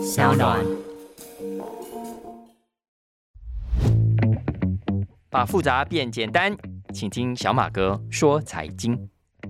小暖。 把复杂变简单，请听小马哥说财经。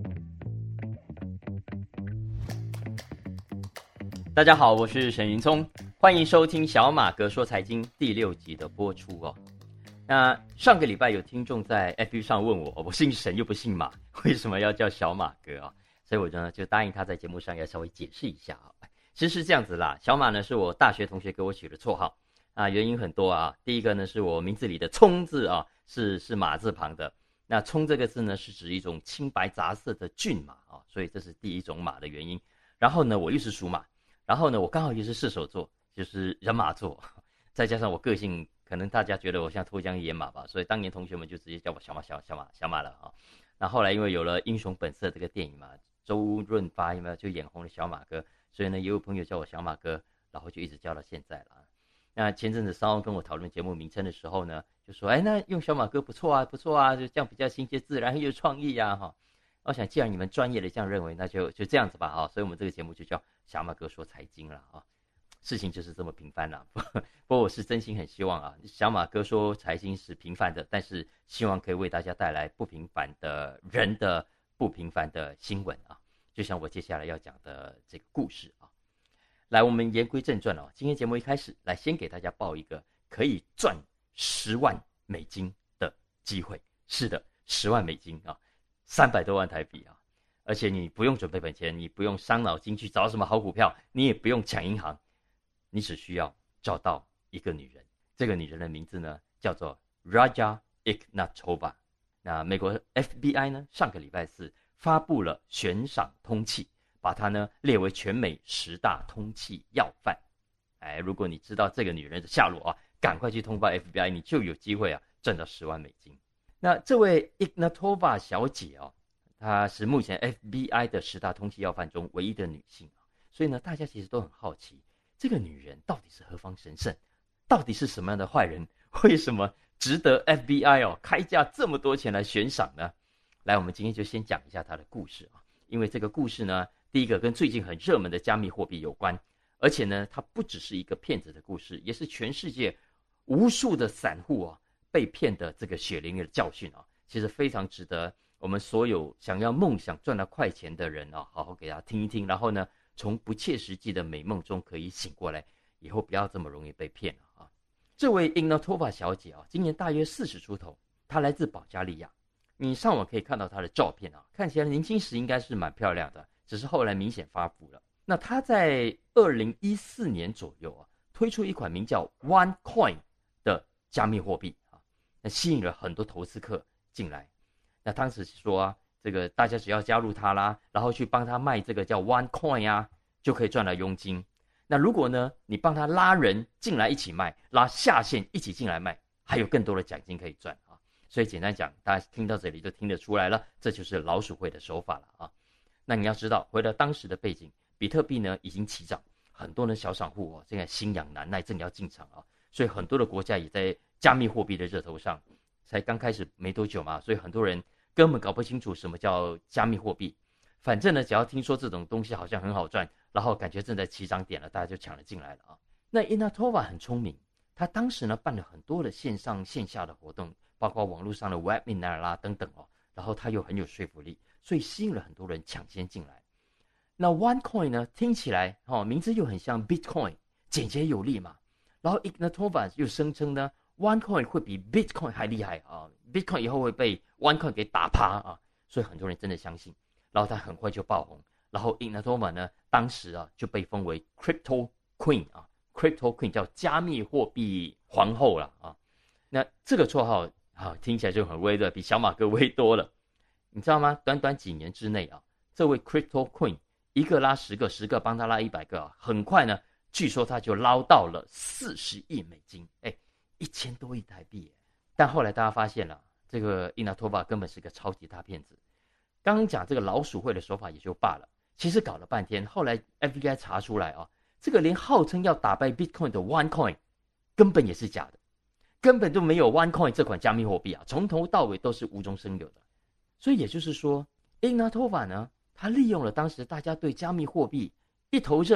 大家好，我是沈云聪，欢迎收听小马哥说财经第6集的播出哦。那上个礼拜有听众在 FB 上问我姓沈又不姓马，为什么要叫小马哥啊？所以我呢就答应他在节目上要稍微解释一下啊。其实是这样子啦，小马呢是我大学同学给我取的绰号啊，原因很多啊。第一个呢是我名字里的聪字啊是马字旁的，那聪这个字呢是指一种青白杂色的骏马啊，所以这是第一种马的原因。然后呢我又是属马，然后呢我刚好也是射手座，就是人马座，再加上我个性可能大家觉得我像脱缰野马吧，所以当年同学们就直接叫我小马了啊。那后来因为有了《英雄本色》这个电影嘛，周润发有没有就眼红了小马哥，所以呢也有朋友叫我小马哥，然后就一直叫到现在了。那前阵子稍跟我讨论节目名称的时候呢，就说那用小马哥不错啊，就这样比较亲切自然，很有创意啊哈。我想既然你们专业的这样认为，那就这样子吧哈。所以我们这个节目就叫小马哥说财经了啊。事情就是这么平凡啦，不过我是真心很希望啊，小马哥说财经是平凡的，但是希望可以为大家带来不平凡的人的不平凡的新闻啊，就像我接下来要讲的这个故事啊。来，我们言归正传哦。今天节目一开始，来先给大家报一个可以赚10万美金的机会。是的，10万美金啊，300多万台币啊，而且你不用准备本钱，你不用伤脑筋去找什么好股票，你也不用抢银行。你只需要找到一个女人，这个女人的名字呢叫做 Raja Ignatova。 那美国 FBI 呢上个礼拜4发布了悬赏通缉，把她呢列为全美10大通缉要犯。如果你知道这个女人的下落啊，赶快去通报 FBI， 你就有机会啊赚到10万美金。那这位 Ignatova 小姐哦，她是目前 FBI 的10大通缉要犯中唯一的女性，所以呢大家其实都很好奇，这个女人到底是何方神圣？到底是什么样的坏人？为什么值得 FBI 开价这么多钱来悬赏呢？来，我们今天就先讲一下她的故事啊。因为这个故事呢，第一个跟最近很热门的加密货币有关，而且呢，它不只是一个骗子的故事，也是全世界无数的散户被骗的这个血淋淋的教训啊。其实非常值得我们所有想要梦想赚到快钱的人好好给他听一听，然后呢从不切实际的美梦中可以醒过来，以后不要这么容易被骗了啊。这位 Ignatova 小姐今年大约40出头，她来自保加利亚。你上网可以看到她的照片看起来年轻时应该是蛮漂亮的，只是后来明显发福了。那她在2014年左右推出一款名叫 OneCoin 的加密货币那吸引了很多投资客进来。那当时说这个大家只要加入他啦，然后去帮他卖这个叫 OneCoin 就可以赚到佣金。那如果呢你帮他拉人进来一起卖，拉下线一起进来卖，还有更多的奖金可以赚所以简单讲，大家听到这里就听得出来了，这就是老鼠会的手法了那你要知道，回到当时的背景，比特币呢已经起涨，很多的小散户现在心痒难耐，正要进场所以很多的国家也在加密货币的热头上，才刚开始没多久嘛，所以很多人根本搞不清楚什么叫加密货币。反正呢只要听说这种东西好像很好赚，然后感觉正在起涨点了，大家就抢了进来了那 Ignatova 很聪明，他当时呢办了很多的线上线下的活动，包括网络上的 webinar 啦等等然后他又很有说服力，所以吸引了很多人抢先进来。那 OneCoin 呢听起来名字又很像 Bitcoin， 简洁有力嘛。然后 Ignatova 又声称呢 OneCoin 会比 Bitcoin 还厉害Bitcoin 以后会被 OneCoin 给打趴所以很多人真的相信。然后他很快就爆红，然后 Ignatova 呢当时就被封为 Crypto Queen Crypto Queen 叫加密货币皇后了那这个绰号听起来就很威的，比小马哥威多了。你知道吗？短短几年之内这位 Crypto Queen 一个拉10个，10个帮他拉100个很快呢据说他就捞到了40亿美金，1000多亿台币但后来大家发现了，这个 Ignatova 根本是个超级大骗子。刚刚讲这个老鼠会的手法也就罢了，其实搞了半天，后来 FBI 查出来这个连号称要打败 Bitcoin 的 OneCoin 根本也是假的，根本就没有 OneCoin 这款加密货币从头到尾都是无中生有的。所以也就是说 Ignatova 呢，他利用了当时大家对加密货币一头热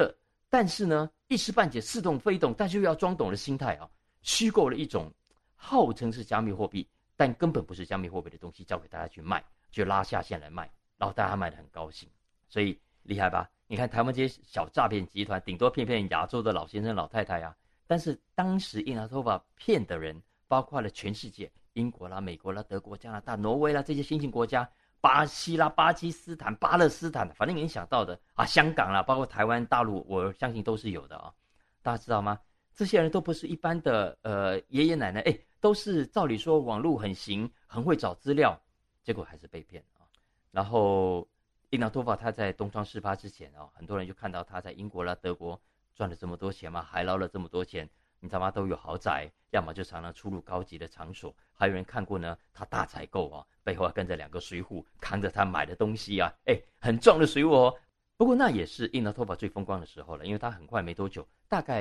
但是呢，一时半解似懂非懂，但是又要装懂的心态啊，虚构了一种号称是加密货币，但根本不是加密货币的东西，交给大家去卖，就拉下线来卖，然后大家卖得很高兴，所以厉害吧？你看台湾这些小诈骗集团，顶多骗骗亚洲的老先生老太太啊，但是当时印拉托法骗的人，包括了全世界，英国啦、美国啦、德国、加拿大、挪威啦这些新兴国家，巴西啦、巴基斯坦、巴勒斯坦，反正你想到的啊，香港啦，包括台湾、大陆，我相信都是有的啊。大家知道吗？这些人都不是一般的爷爷奶奶，都是照理说网络很行，很会找资料，结果还是被骗啊。然后印拉托法他在东窗事发之前啊，很多人就看到他在英国啦、德国赚了这么多钱嘛，还捞了这么多钱，你知道吗？都有豪宅，要么就常常出入高级的场所，还有人看过呢，他大采购啊，背后跟着2个水扈，扛着他买的东西啊，很壮的水扈哦。不过那也是印拉托法最风光的时候了，因为他很快没多久，大概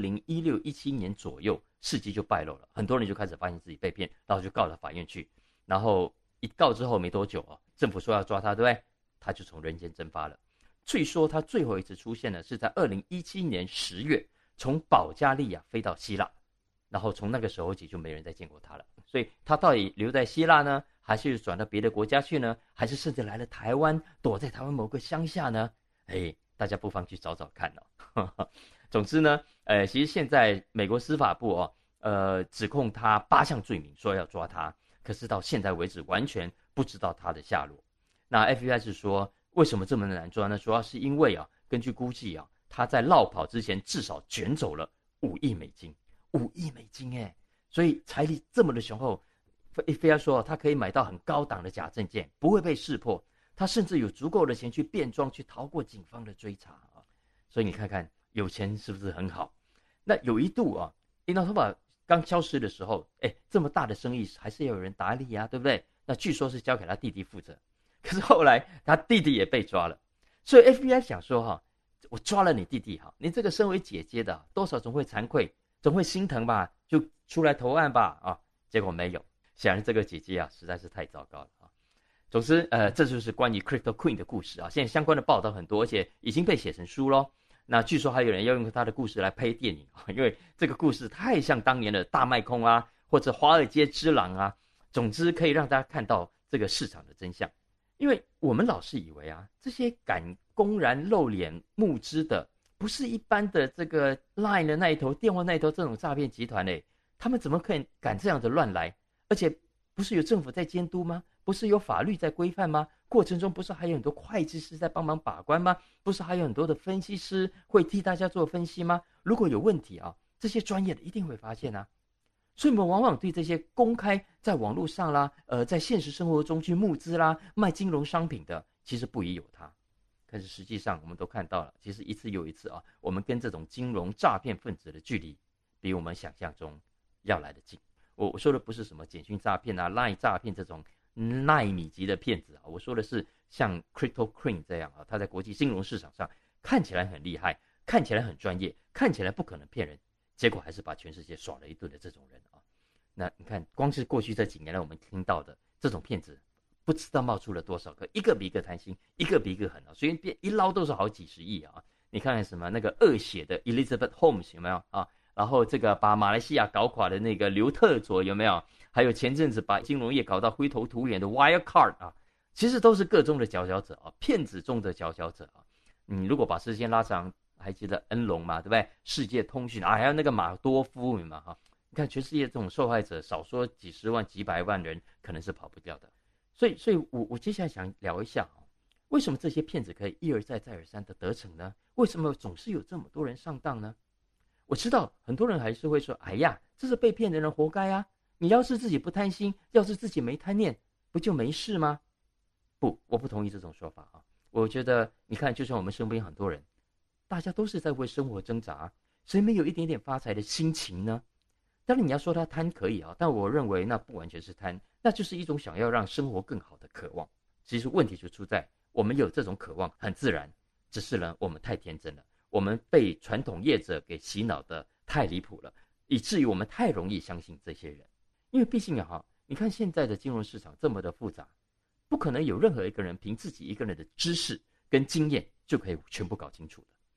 2016、17年左右，事迹就败露了，很多人就开始发现自己被骗，然后就告到法院去，然后一告之后没多久啊，政府说要抓他，对不对？他就从人间蒸发了。据说他最后一次出现呢，是在2017年10月，从保加利亚飞到希腊，然后从那个时候起就没人再见过他了。所以他到底留在希腊呢，还是转到别的国家去呢？还是甚至来了台湾，躲在台湾某个乡下呢？大家不妨去找找看哦。总之呢，其实现在美国司法部指控他8项罪名，说要抓他，可是到现在为止完全不知道他的下落。那 FBI 是说，为什么这么难抓呢？主要是因为根据估计他在落跑之前至少卷走了5亿美金，5亿美金所以财力这么的雄厚。FBI 说他可以买到很高档的假证件，不会被识破。他甚至有足够的钱去变装，去逃过警方的追查啊！所以你看看，有钱是不是很好？那有一度印拉托法刚消失的时候，这么大的生意还是要有人打理啊，对不对？那据说是交给他弟弟负责，可是后来他弟弟也被抓了，所以 FBI 想说我抓了你弟弟你这个身为姐姐的，多少总会惭愧，总会心疼吧，就出来投案吧结果没有，显然这个姐姐实在是太糟糕了总之，这就是关于 Crypto Queen 的故事现在相关的报道很多，而且已经被写成书咯。那据说还有人要用他的故事来拍电影因为这个故事太像当年的大卖空或者华尔街之狼总之可以让大家看到这个市场的真相。因为我们老是以为这些敢公然露脸募资的，不是一般的这个 Line 的那一头、电话那一头这种诈骗集团他们怎么可以敢这样的乱来？而且不是有政府在监督吗？不是有法律在规范吗？过程中不是还有很多会计师在帮忙把关吗？不是还有很多的分析师会替大家做分析吗？如果有问题这些专业的一定会发现所以我们往往对这些公开在网络上啦，在现实生活中去募资啦、卖金融商品的，其实不疑有他。可是实际上我们都看到了，其实一次又一次我们跟这种金融诈骗分子的距离，比我们想象中要来得近。我说的不是什么简讯诈骗Line 诈骗这种奈米级的骗子我说的是像 Crypto Queen 这样他在国际金融市场上看起来很厉害，看起来很专业，看起来不可能骗人，结果还是把全世界耍了一顿的这种人那你看，光是过去这几年来我们听到的这种骗子，不知道冒出了多少个，一个比一个贪心，一个比一个狠所以一捞都是好几十亿你看看什么那个恶血的 Elizabeth Holmes 有没有然后这个把马来西亚搞垮的那个刘特佐有没有？还有前阵子把金融业搞到灰头土脸的 Wirecard 其实都是个中的佼佼者骗子中的佼佼者你如果把时间拉长，还记得恩龙嘛，对不对？世界通讯还有那个马多夫嘛你看全世界这种受害者，少说几十万、几百万人，可能是跑不掉的。所以我接下来想聊一下为什么这些骗子可以一而再、再而三的得逞呢？为什么总是有这么多人上当呢？我知道很多人还是会说，哎呀，这是被骗的人活该你要是自己不贪心，要是自己没贪念，不就没事吗？不，我不同意这种说法我觉得你看，就像我们身边很多人，大家都是在为生活挣扎，谁没有一点点发财的心情呢？当然你要说他贪可以但我认为那不完全是贪，那就是一种想要让生活更好的渴望。其实问题就出在我们有这种渴望很自然，只是呢我们太天真了，我们被传统业者给洗脑的太离谱了，以至于我们太容易相信这些人。因为毕竟你看现在的金融市场这么的复杂，不可能有任何一个人凭自己一个人的知识跟经验就可以全部搞清楚的。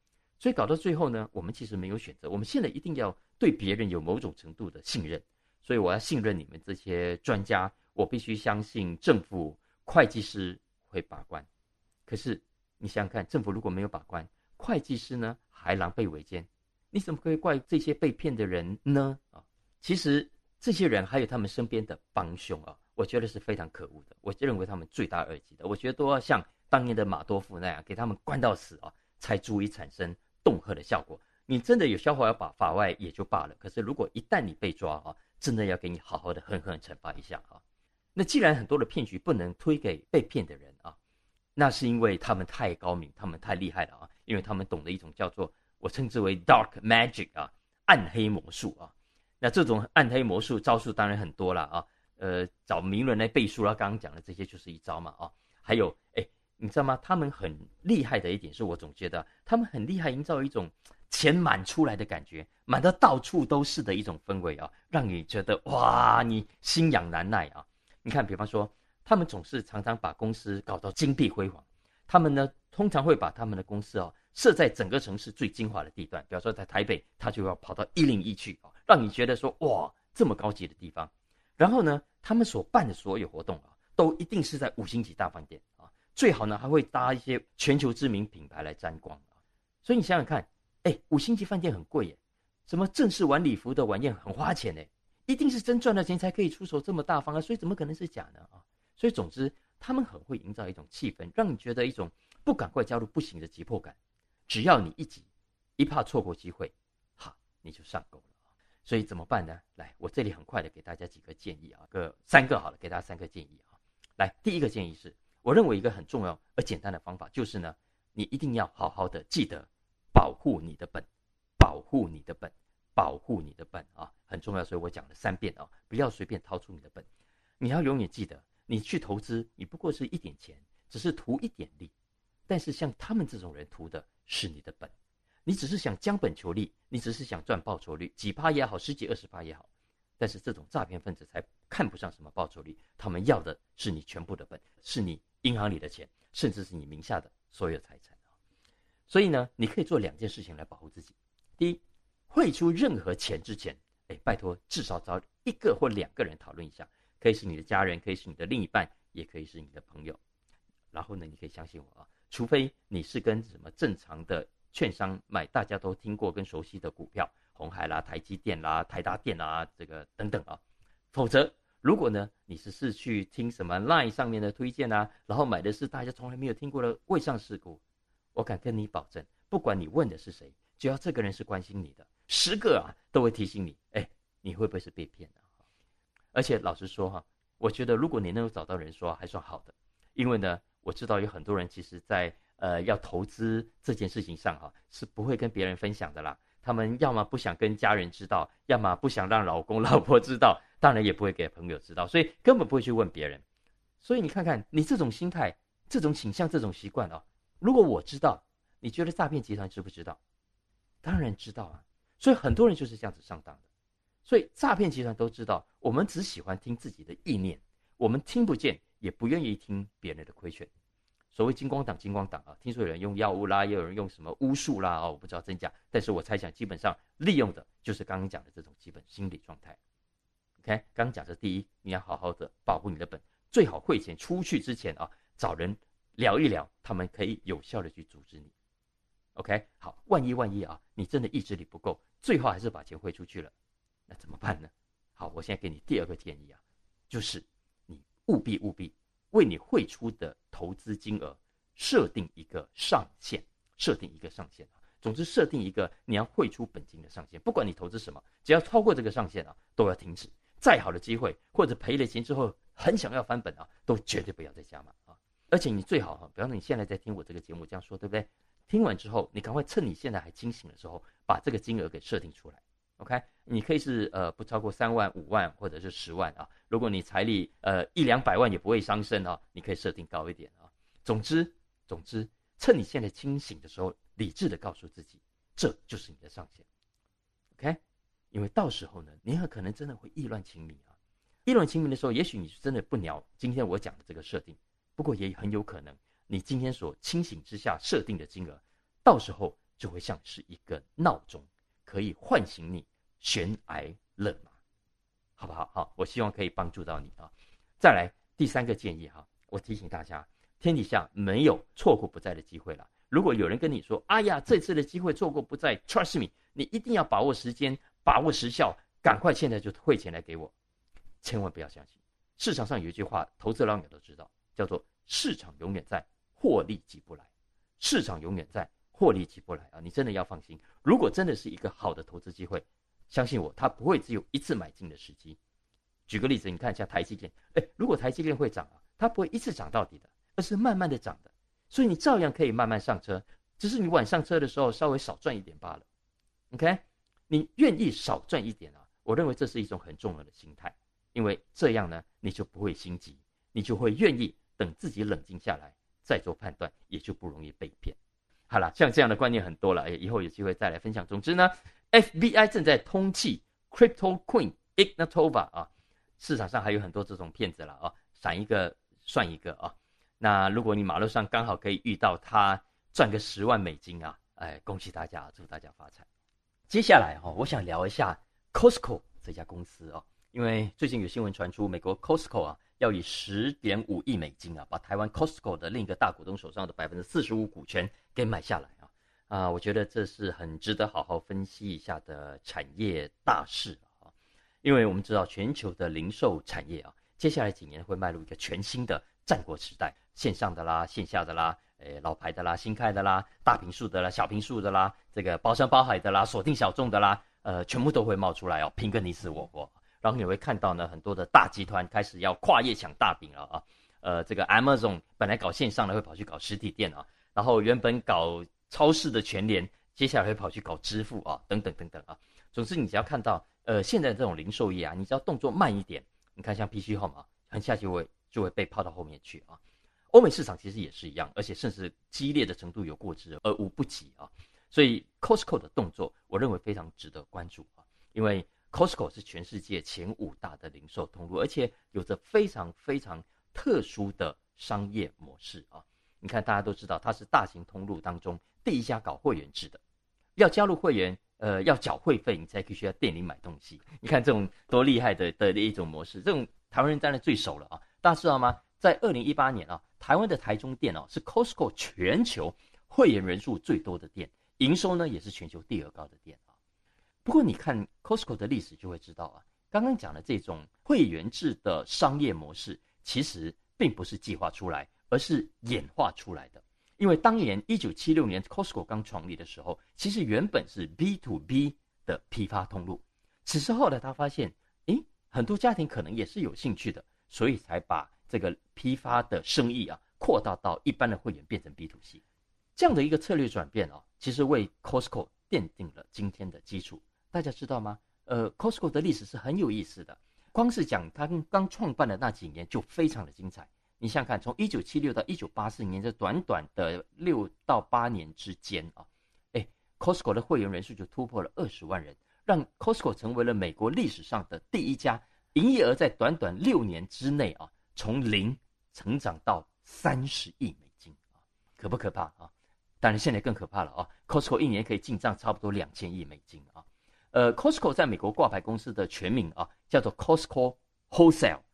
所以搞到最后呢，我们其实没有选择，我们现在一定要对别人有某种程度的信任。所以我要信任你们这些专家，我必须相信政府、会计师会把关。可是你想想看，政府如果没有把关，会计师呢还狼狈为奸，你怎么可以怪这些被骗的人呢？其实这些人还有他们身边的帮凶我觉得是非常可恶的。我认为他们罪大恶极的，我觉得都要像当年的马多夫那样，给他们关到死才足以产生恫吓的效果。你真的有消化要把法外也就罢了，可是如果一旦你被抓真的要给你好好的狠狠惩罚一下那既然很多的骗局不能推给被骗的人那是因为他们太高明，他们太厉害了因为他们懂得一种叫做我称之为 dark magic 暗黑魔术那这种暗黑魔术招数当然很多了找名人来背书刚刚讲的这些就是一招嘛还有你知道吗？他们很厉害的一点是我总觉得他们很厉害，营造一种钱满出来的感觉，满到到处都是的一种氛围让你觉得哇，你心痒难耐你看，比方说，他们总是常常把公司搞到金碧辉煌，他们呢通常会把他们的公司设在整个城市最精华的地段，比方说在台北，他就要跑到101去让你觉得说哇，这么高级的地方。然后呢，他们所办的所有活动都一定是在5星级大饭店最好呢还会搭一些全球知名品牌来沾光所以你想想看，5星级饭店很贵耶，什么正式晚礼服的晚宴很花钱耶，一定是真赚了钱才可以出手这么大方所以怎么可能是假呢所以总之他们很会营造一种气氛，让你觉得一种不赶快加入不行的急迫感，只要你一急一怕错过机会你就上钩了所以怎么办呢？来，我这里很快的给大家几个建议3个好了，给大家3个建议来，第一个建议是，我认为一个很重要而简单的方法就是呢，你一定要好好的记得保护你的本，保护你的本，保护你的本很重要。所以我讲了3遍不要随便掏出你的本。你要永远记得，你去投资，你不过是一点钱，只是图一点利。但是像他们这种人图的是你的本，你只是想将本求利，你只是想赚报酬率，几%也好，10几20%也好。但是这种诈骗分子才看不上什么报酬率，他们要的是你全部的本，是你银行里的钱，甚至是你名下的所有财产所以呢，你可以做2件事情来保护自己。第一，汇出任何钱之前，拜托至少找1个或2个人讨论一下，可以是你的家人，可以是你的另一半，也可以是你的朋友。然后呢，你可以相信我除非你是跟什么正常的券商买大家都听过跟熟悉的股票，鸿海啦、台积电啦、台达电啦，这个等等否则如果呢你是去听什么 LINE 上面的推荐然后买的是大家从来没有听过的未上市股，我敢跟你保证，不管你问的是谁，只要这个人是关心你的，10个都会提醒你你会不会是被骗的而且老实说我觉得如果你能够找到人说还算好的，因为呢我知道有很多人其实在要投资这件事情上是不会跟别人分享的啦。他们要么不想跟家人知道，要么不想让老公老婆知道，当然也不会给朋友知道，所以根本不会去问别人。所以你看看你这种心态、这种倾向、这种习惯如果我知道，你觉得诈骗集团知不知道？当然知道所以很多人就是这样子上当的。所以诈骗集团都知道，我们只喜欢听自己的意念，我们听不见也不愿意听别人的规劝。所谓金光党听说有人用药物啦，也有人用什么巫术啦我不知道真假，但是我猜想基本上利用的就是刚刚讲的这种基本心理状态。OK， 刚刚讲的第一，你要好好的保护你的本，最好汇钱出去之前找人聊一聊，他们可以有效的去阻止你。OK， 好，万一你真的意志力不够，最后还是把钱汇出去了，那怎么办呢？好，我现在给你第2个建议就是你务必为你汇出的投资金额设定一个上限，总之设定一个你要汇出本金的上限，不管你投资什么，只要超过这个上限都要停止。再好的机会或者赔了钱之后很想要翻本都绝对不要再加码而且你最好比方说你现在在听我这个节目这样说，对不对？听完之后，你赶快趁你现在还清醒的时候，把这个金额给设定出来。OK， 你可以是不超过3万、5万或者是10万如果你财力100-200万也不会伤身你可以设定高一点总之，趁你现在清醒的时候，理智的告诉自己，这就是你的上限。OK， 因为到时候呢，你很可能真的会意乱情迷意乱情迷的时候，也许你真的不鸟今天我讲的这个设定，不过也很有可能你今天所清醒之下设定的金额，到时候就会像是一个闹钟，可以唤醒你悬崖勒马，好不好？好，我希望可以帮助到你啊。再来第3个建议哈，我提醒大家，天底下没有错过不再的机会了。如果有人跟你说，哎呀，这次的机会错过不再 ，trust me， 你一定要把握时间，把握时效，赶快现在就汇钱来给我，千万不要相信。市场上有一句话，投资老鸟都知道，叫做市场永远在，获利急不来。市场永远在，获利急不来啊！你真的要放心，如果真的是一个好的投资机会，相信我，它不会只有一次买进的时机。举个例子，你看一下台积电，如果台积电会涨啊，它不会一次涨到底的，而是慢慢的涨的，所以你照样可以慢慢上车，只是你晚上车的时候稍微少赚一点罢了。OK， 你愿意少赚一点啊？我认为这是一种很重要的心态，因为这样呢，你就不会心急，你就会愿意等自己冷静下来再做判断，也就不容易被骗。好了，像这样的观念很多了，以后有机会再来分享。总之呢 ，FBI 正在通缉 Crypto Queen Ignatova 啊，市场上还有很多这种骗子了啊，闪一个算一个啊。那如果你马路上刚好可以遇到他，赚个10万美金啊，恭喜大家，祝大家发财。接下来我想聊一下 Costco 这家公司啊，因为最近有新闻传出，美国 Costco 啊要以10.5亿美金啊，把台湾 Costco 的另一个大股东手上的45%股权给买下来啊。我觉得这是很值得好好分析一下的产业大事啊，因为我们知道全球的零售产业啊，接下来几年会迈入一个全新的战国时代，线上的啦，线下的啦，老牌的啦，新开的啦，大坪数的啦，小坪数的啦，这个包山包海的啦，锁定小众的啦，全部都会冒出来哦，拼个你死我活。然后你会看到呢，很多的大集团开始要跨业抢大饼了啊。这个 Amazon 本来搞线上的会跑去搞实体店啊，然后原本搞超市的全联，接下来会跑去搞支付啊，等等等等啊。总之，你只要看到现在这种零售业啊，你只要动作慢一点，你看像 PC Home 啊，很下去就会被抛到后面去啊。欧美市场其实也是一样，而且甚至激烈的程度有过之而无不及啊。所以 Costco 的动作，我认为非常值得关注啊，因为 Costco 是全世界前5大的零售通路，而且有着非常非常特殊的商业模式啊。你看，大家都知道，它是大型通路当中第一家搞会员制的，要加入会员，要缴会费，你才可以去店里买东西。你看这种多厉害的一种模式，这种台湾人当然最熟了啊。大家知道吗？在2018年啊，台湾的台中店是 Costco 全球会员人数最多的店，营收呢也是全球第2高的店啊。不过你看 Costco 的历史就会知道啊，刚刚讲的这种会员制的商业模式，其实并不是计划出来，而是演化出来的。因为当年1976年 Costco 刚创立的时候，其实原本是 B to B 的批发通路，只是后来他发现，很多家庭可能也是有兴趣的，所以才把这个批发的生意扩大到一般的会员，变成 B to C。这样的一个策略转变其实为 Costco 奠定了今天的基础。大家知道吗？Costco 的历史是很有意思的，光是讲它刚创办的那几年就非常的精彩。你想想看，从1976到1984年这短短的6到8年之间Costco 的会员人数就突破了20万人，让 Costco 成为了美国历史上的第一家营业额在短短6年之内从0成长到30亿美金可不可怕啊？当然现在更可怕了Costco 一年可以进账差不多2000亿美金Costco 在美国挂牌公司的全名叫做 Costco Wholesale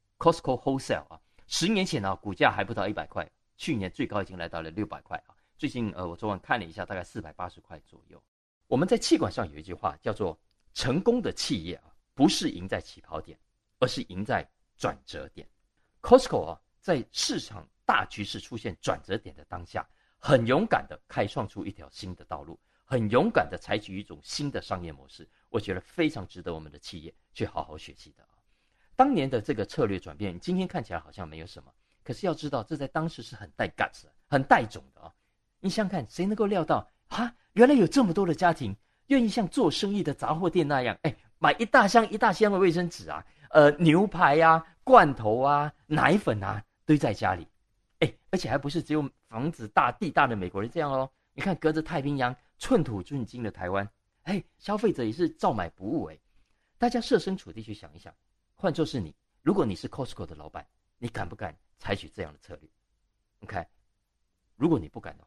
10年前股价还不到100块，去年最高已经来到了600块最近我昨晚看了一下，大概480块左右。我们在企管上有一句话叫做成功的企业不是赢在起跑点，而是赢在转折点。 Costco 在市场大趋势出现转折点的当下，很勇敢的开创出一条新的道路，很勇敢的采取一种新的商业模式，我觉得非常值得我们的企业去好好学习的当年的这个策略转变，今天看起来好像没有什么，可是要知道这在当时是很带 guts 很带种的你想想看，谁能够料到原来有这么多的家庭愿意像做生意的杂货店那样买一大箱一大箱的卫生纸牛排罐头奶粉堆在家里而且还不是只有房子大地大的美国人这样你看隔着太平洋寸土寸金的台湾消费者也是照买不误大家设身处地去想一想，换作是你，如果你是 Costco 的老板，你敢不敢采取这样的策略 OK， 如果你不敢的话，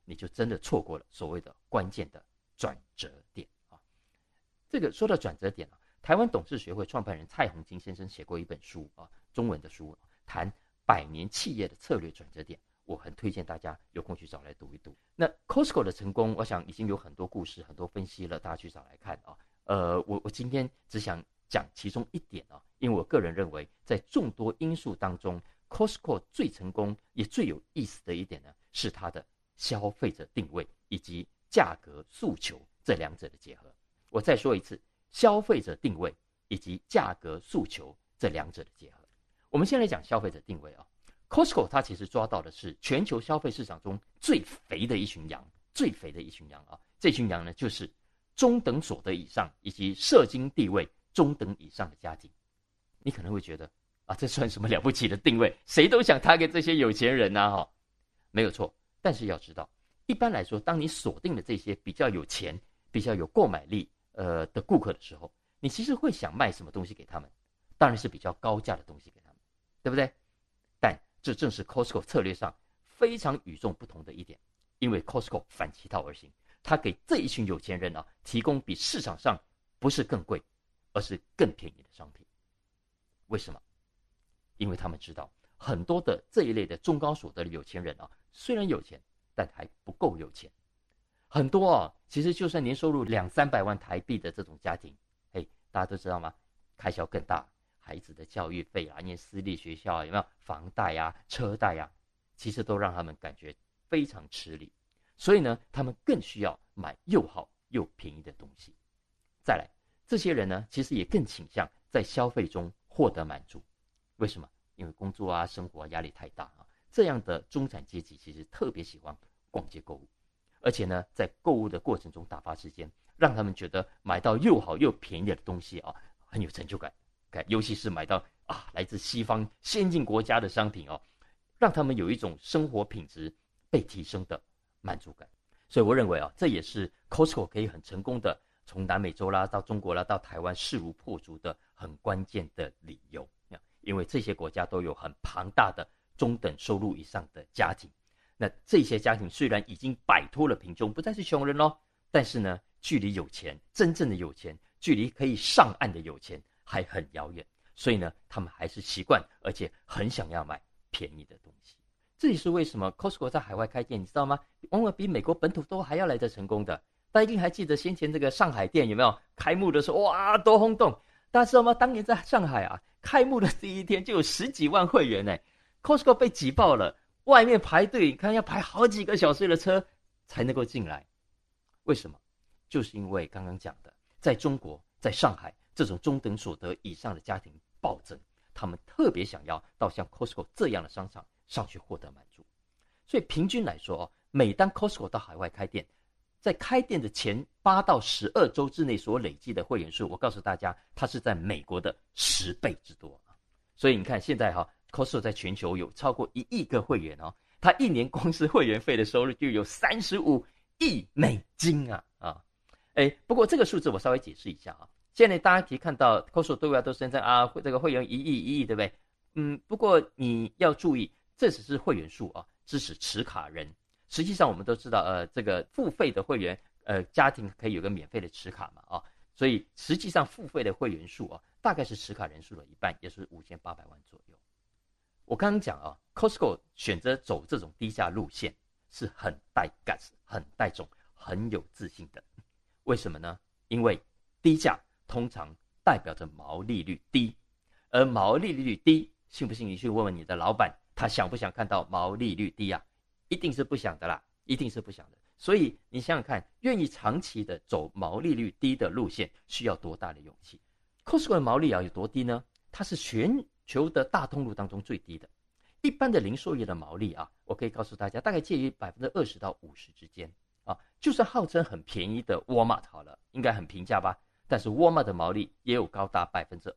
你就真的错过了所谓的关键的转折点啊。这个说到转折点啊，台湾董事学会创办人蔡宏金先生写过一本书啊，中文的书，谈100年企业的策略转折点，我很推荐大家有空去找来读一读。那 Costco 的成功，我想已经有很多故事、很多分析了，大家去找来看啊。我今天只想讲其中一点啊，因为我个人认为，在众多因素当中 ，Costco 最成功也最有意思的一点呢，是它的消费者定位以及价格诉求这两者的结合。我再说一次，消费者定位以及价格诉求这两者的结合。我们先来讲消费者定位啊。Costco 它其实抓到的是全球消费市场中最肥的一群羊，最肥的一群羊啊！这群羊呢，就是中等所得以上以及社经地位中等以上的家庭。你可能会觉得啊，这算什么了不起的定位？谁都想 target 这些有钱人啊！没有错，但是要知道，一般来说，当你锁定了这些比较有钱、比较有购买力的顾客的时候，你其实会想卖什么东西给他们？当然是比较高价的东西给他们，对不对？但这正是 Costco 策略上非常与众不同的一点，因为 Costco 反其道而行，他给这一群有钱人啊提供比市场上不是更贵，而是更便宜的商品。为什么？因为他们知道很多的这一类的中高所得的有钱人啊，虽然有钱，但还不够有钱。很多啊，其实就算年收入200-300万台币的这种家庭，大家都知道吗？开销更大。孩子的教育费啊，念私立学校有没有房贷啊、车贷啊，其实都让他们感觉非常吃力。所以呢，他们更需要买又好又便宜的东西。再来，这些人呢，其实也更倾向在消费中获得满足。为什么？因为工作啊、生活压力太大啊，这样的中产阶级其实特别喜欢逛街购物，而且呢，在购物的过程中打发时间，让他们觉得买到又好又便宜的东西啊，很有成就感。尤其是买到来自西方先进国家的商品哦，让他们有一种生活品质被提升的满足感。所以我认为这也是 Costco 可以很成功的从南美洲啦到中国啦到台湾势如破竹的很关键的理由。因为这些国家都有很庞大的中等收入以上的家庭，那这些家庭虽然已经摆脱了贫穷，不再是穷人咯，但是呢，距离有钱，真正的有钱，距离可以上岸的有钱还很遥远，所以呢，他们还是习惯，而且很想要买便宜的东西。这也是为什么 Costco 在海外开店，你知道吗？往往比美国本土都还要来得成功的。大家一定还记得先前这个上海店有没有开幕的时候，哇，多轰动！大家知道吗？当年在上海啊，开幕的第一天就有10几万会员呢 ，Costco 被挤爆了，外面排队，看要排好几个小时的车才能够进来。为什么？就是因为刚刚讲的，在中国，在上海。这种中等所得以上的家庭暴增，他们特别想要到像 Costco 这样的商场上去获得满足。所以平均来说每当 Costco 到海外开店，在开店的前8到12周之内所累积的会员数，我告诉大家，它是在美国的10倍之多。所以你看现在Costco 在全球有超过1亿个会员它一年公司会员费的收入就有35亿美金啊！不过这个数字我稍微解释一下现在大家可以看到 Costco 都声称这个会员1亿，对不对？不过你要注意，这只是会员数支持持卡人。实际上我们都知道这个付费的会员家庭可以有个免费的持卡嘛所以实际上付费的会员数大概是持卡人数的一半，也是5800万左右。我刚刚讲Costco 选择走这种低价路线是很带 guts、很带种、很有自信的。为什么呢？因为低价通常代表着毛利率低，而毛利率低，信不信你去问问你的老板，他想不想看到毛利率低一定是不想的啦，一定是不想的。所以你想想看，愿意长期的走毛利率低的路线，需要多大的勇气？ Costco 的毛利有多低呢？它是全球的大通路当中最低的。一般的零售业的毛利我可以告诉大家，大概介于20%到50%之间就算号称很便宜的 Walmart 好了，应该很平价吧？但是 Walmart 的毛利也有高达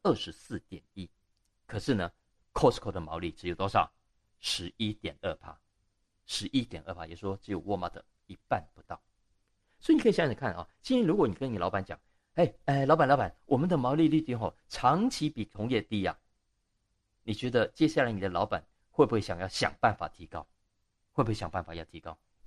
24.1%， 可是呢 Costco 的毛利只有多少？ 11.2%， 11.2%， 也说只有 Walmart 的一半不到。所以你可以想想看今天如果你跟你老板讲，老板，我们的毛利率长期比同业低你觉得接下来你的老板会不会想办法提高？会不会想办法要提高？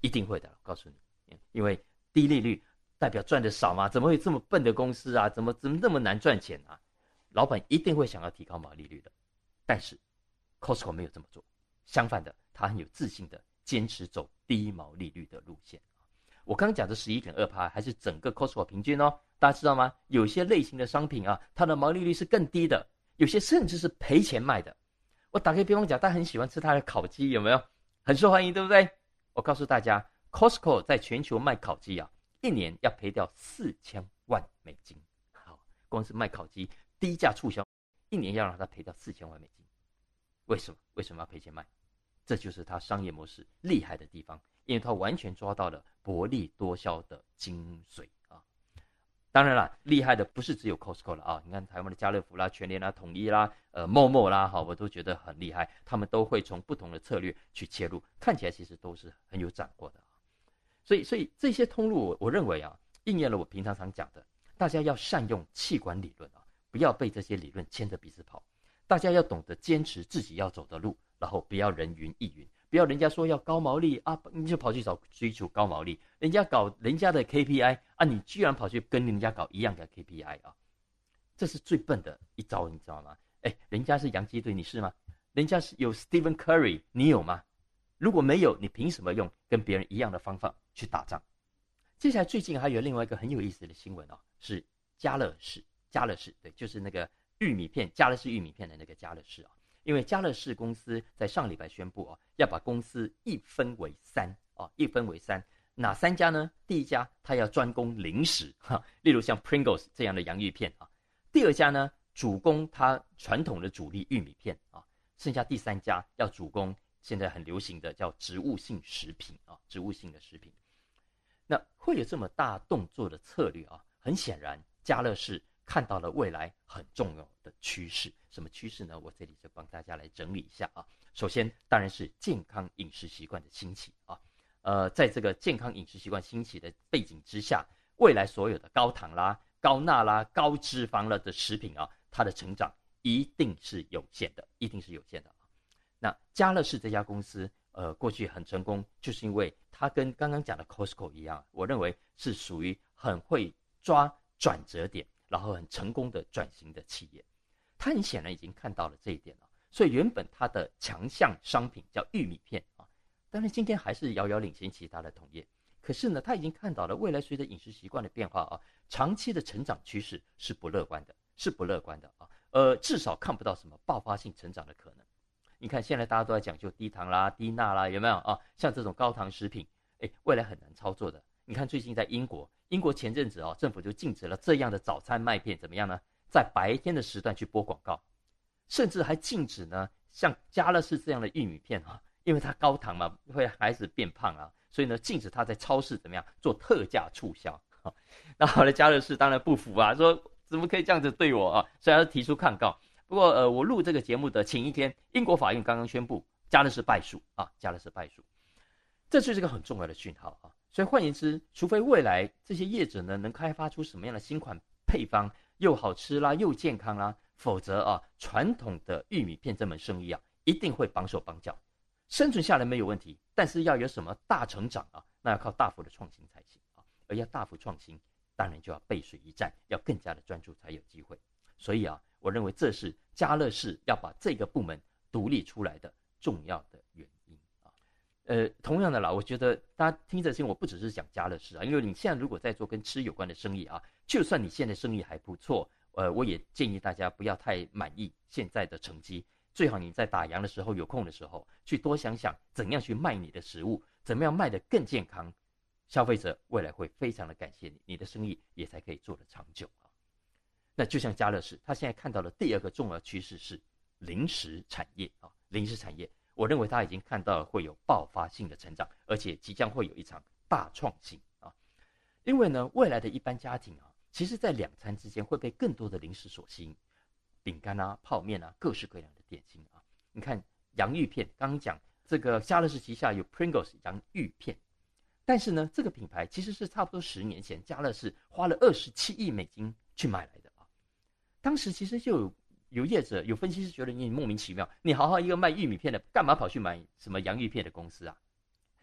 一定会的，我告诉你，因为低利率代表赚的少嘛，怎么会这么笨的公司啊？怎么那么难赚钱啊？老板一定会想要提高毛利率的。但是 Costco 没有这么做，相反的，他很有自信的坚持走低毛利率的路线。我刚刚讲的 11.2% 还是整个 Costco 平均哦，大家知道吗？有些类型的商品啊，它的毛利率是更低的，有些甚至是赔钱卖的。我打个比方讲，大家很喜欢吃它的烤鸡，有没有？很受欢迎，对不对？我告诉大家 ，Costco 在全球卖烤鸡啊，一年要赔掉4000万美金。好，光是卖烤鸡低价促销，一年要让它赔掉4000万美金。为什么？为什么要赔钱卖？这就是它商业模式厉害的地方，因为它完全抓到了薄利多销的精髓啊。当然啦，厉害的不是只有 Costco 了啊！你看台湾的家乐福啦、全联啦、统一啦、Momo 啦，好，我都觉得很厉害。他们都会从不同的策略去切入，看起来其实都是很有掌握的。所以这些通路，我认为啊，应验了我平常常讲的，大家要善用企管理论啊，不要被这些理论牵着鼻子跑。大家要懂得坚持自己要走的路，然后不要人云亦云，不要人家说要高毛利啊，你就跑去追求高毛利，人家搞人家的 KPI 啊，你居然跑去跟人家搞一样的 KPI 啊，这是最笨的一招，你知道吗？人家是洋基队，你是吗？人家是有 Stephen Curry， 你有吗？如果没有，你凭什么用跟别人一样的方法去打仗？接下来最近还有另外一个很有意思的新闻哦，是家乐士，对，就是那个玉米片，家乐士玉米片的那个家乐士啊，因为家乐士公司在上礼拜宣布啊，要把公司一分为三啊，一分为三，哪三家呢？第一家它要专攻零食哈，例如像 Pringles 这样的洋芋片啊，第二家呢主攻它传统的主力玉米片啊，剩下第三家要主攻现在很流行的叫植物性食品啊，植物性的食品。那会有这么大动作的策略啊，很显然家乐士看到了未来很重要的趋势。什么趋势呢？我这里就帮大家来整理一下啊。首先当然是健康饮食习惯的兴起啊。在这个健康饮食习惯兴起的背景之下，未来所有的高糖啦、高钠啦、高脂肪了的食品啊，它的成长一定是有限的，一定是有限的。那家乐士这家公司过去很成功，就是因为它跟刚刚讲的 Costco 一样，我认为是属于很会抓转折点，然后很成功的转型的企业。它很显然已经看到了这一点了，所以原本它的强项商品叫玉米片啊，当然今天还是遥遥领先其他的同业。可是呢，他已经看到了未来随着饮食习惯的变化啊，长期的成长趋势是不乐观的啊，至少看不到什么爆发性成长的可能。你看现在大家都在讲究低糖啦、低钠啦，有没有啊？像这种高糖食品，未来很难操作的。你看最近在英国前阵子啊，政府就禁止了这样的早餐麦片，怎么样呢？在白天的时段去播广告，甚至还禁止呢，像家乐士这样的玉米片啊，因为它高糖嘛，会孩子变胖啊，所以呢，禁止它在超市怎么样做特价促销。那好了，家乐士当然不服啊，说怎么可以这样子对我啊？所以他提出抗告。不过我录这个节目的前一天，英国法院刚刚宣布家乐士败诉啊，家乐士败诉，这就是一个很重要的讯号啊。所以换言之，除非未来这些业者呢能开发出什么样的新款配方，又好吃啦，又健康啦，否则啊，传统的玉米片这门生意啊，一定会绑手绑脚，生存下来没有问题，但是要有什么大成长啊，那要靠大幅的创新才行啊。而要大幅创新，当然就要背水一战，要更加的专注才有机会。所以啊，我认为这是家乐士要把这个部门独立出来的重要的原因啊。同样的啦，我觉得大家听这些，我不只是讲家乐士啊，因为你现在如果在做跟吃有关的生意啊，就算你现在生意还不错，我也建议大家不要太满意现在的成绩，最好你在打烊的时候有空的时候，去多想想怎样去卖你的食物，怎么样卖得更健康，消费者未来会非常的感谢你，你的生意也才可以做得长久啊。那就像家乐士，他现在看到的第二个重要趋势是零食产业啊，零食产业，我认为他已经看到了会有爆发性的成长，而且即将会有一场大创新啊。因为呢，未来的一般家庭啊，其实在两餐之间会被更多的零食所吸引，饼干啊、泡面啊，各式各样的点心啊。你看洋芋片，刚刚讲这个家乐士旗下有 Pringles 洋芋片，但是呢，这个品牌其实是差不多10年前家乐士花了27亿美金去买来的。当时其实就有业者、有分析师觉得你莫名其妙，你好好一个卖玉米片的，干嘛跑去买什么洋芋片的公司啊？但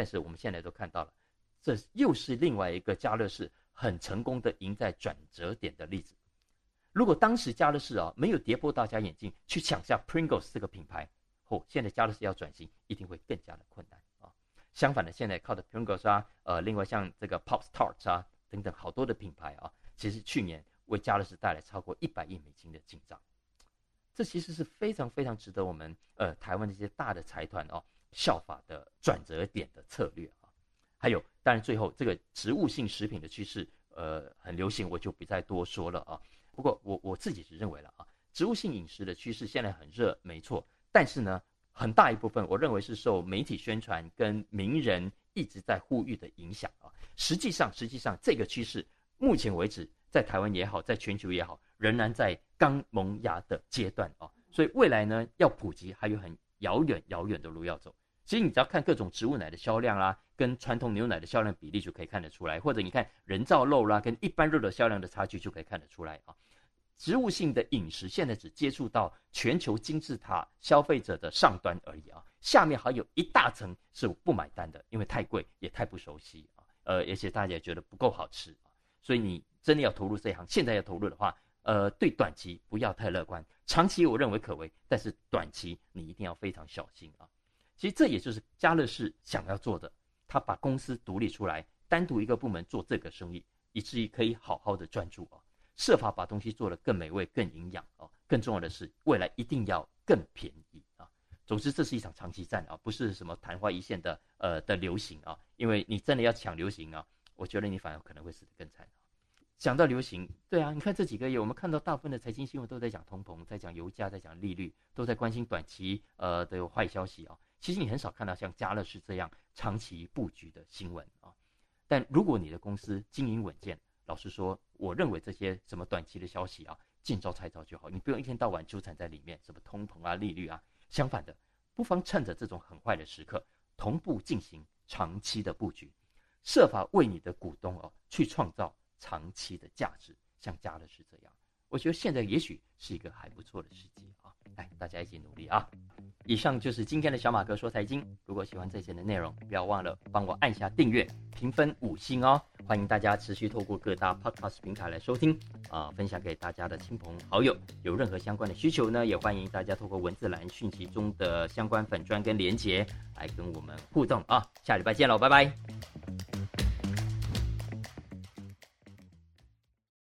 但是我们现在都看到了，这又是另外一个家乐氏很成功的赢在转折点的例子。如果当时家乐氏没有跌破大家眼镜，去抢下 Pringles 这个品牌，现在家乐氏要转型一定会更加的困难啊。相反的，现在靠的 Pringles 另外像这个 Pop Tarts 等等好多的品牌其实去年为家乐氏带来超过100亿美金的进账。这其实是非常非常值得我们台湾这些大的财团效法的转折点的策略还有，当然最后这个植物性食品的趋势很流行，我就不再多说了不过我自己是认为了植物性饮食的趋势现在很热，没错，但是呢，很大一部分我认为是受媒体宣传跟名人一直在呼吁的影响实际上这个趋势目前为止在台湾也好，在全球也好，仍然在刚萌芽的阶段所以未来呢要普及还有很遥远的路要走。其实你只要看各种植物奶的销量啦，跟传统牛奶的销量比例就可以看得出来，或者你看人造肉啦跟一般肉的销量的差距就可以看得出来植物性的饮食现在只接触到全球金字塔消费者的上端而已下面还有一大层是不买单的，因为太贵也太不熟悉而且大家也觉得不够好吃所以你真的要投入这一行，现在要投入的话对短期不要太乐观，长期我认为可为，但是短期你一定要非常小心其实这也就是家乐氏想要做的，他把公司独立出来，单独一个部门做这个生意，以至于可以好好的专注设法把东西做得更美味、更营养更重要的是，未来一定要更便宜总之，这是一场长期战不是什么昙花一现的流行因为你真的要抢流行我觉得你反而可能会死得更惨讲到流行，对你看这几个月，我们看到大部分的财经新闻都在讲通膨，在讲油价，在讲利率，都在关心短期的坏消息其实你很少看到像家乐氏这样长期布局的新闻但如果你的公司经营稳健，老实说，我认为这些什么短期的消息见招拆招就好，你不用一天到晚纠缠在里面，什么通膨利率相反的，不妨趁着这种很坏的时刻，同步进行长期的布局，设法为你的股东去创造长期的价值，像家乐氏这样，我觉得现在也许是一个还不错的时机来，大家一起努力以上就是今天的小马哥说财经。如果喜欢这些的内容，不要忘了帮我按下订阅、评分5星欢迎大家持续透过各大 podcast 平台来收听分享给大家的亲朋好友。有任何相关的需求呢，也欢迎大家透过文字栏讯息中的相关粉专跟连结来跟我们互动下礼拜见喽，拜拜。